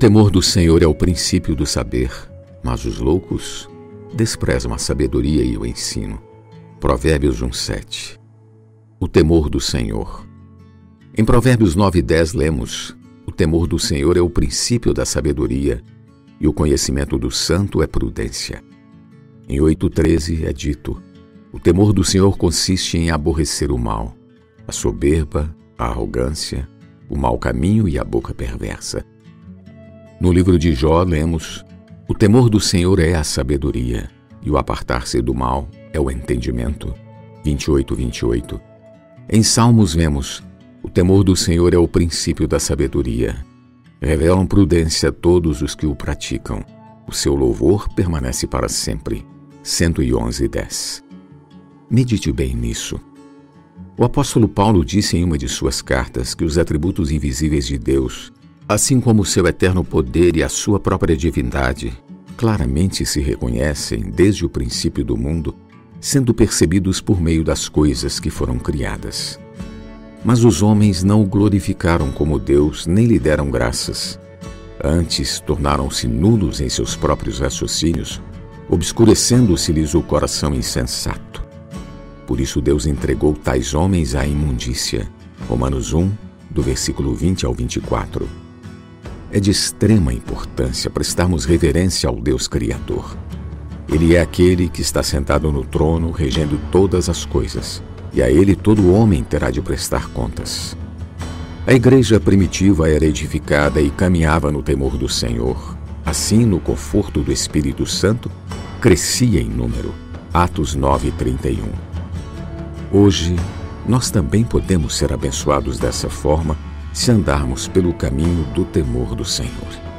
temor do Senhor é o princípio do saber, mas os loucos desprezam a sabedoria e o ensino. Provérbios 1:7. O temor do Senhor. Em Provérbios 9:10 lemos: o temor do Senhor é o princípio da sabedoria, e o conhecimento do santo é prudência. Em 8:13 é dito: o temor do Senhor consiste em aborrecer o mal, a soberba, a arrogância, o mau caminho e a boca perversa. No livro de Jó lemos: o temor do Senhor é a sabedoria, e o apartar-se do mal é o entendimento. 28:28. Em Salmos vemos: o temor do Senhor é o princípio da sabedoria. Revelam prudência a todos os que o praticam. O seu louvor permanece para sempre. 111:10. Medite bem nisso. O apóstolo Paulo disse em uma de suas cartas que os atributos invisíveis de Deus, assim como o seu eterno poder e a sua própria divindade, claramente se reconhecem desde o princípio do mundo, sendo percebidos por meio das coisas que foram criadas. Mas os homens não o glorificaram como Deus, nem lhe deram graças. Antes, tornaram-se nulos em seus próprios raciocínios, obscurecendo-se-lhes o coração insensato. Por isso Deus entregou tais homens à imundícia. Romanos 1, do versículo 20 ao 24. É de extrema importância prestarmos reverência ao Deus Criador. Ele é aquele que está sentado no trono, regendo todas as coisas, e a ele todo homem terá de prestar contas. A igreja primitiva era edificada e caminhava no temor do Senhor. Assim, no conforto do Espírito Santo, crescia em número. Atos 9:31. Hoje, nós também podemos ser abençoados dessa forma se andarmos pelo caminho do temor do Senhor.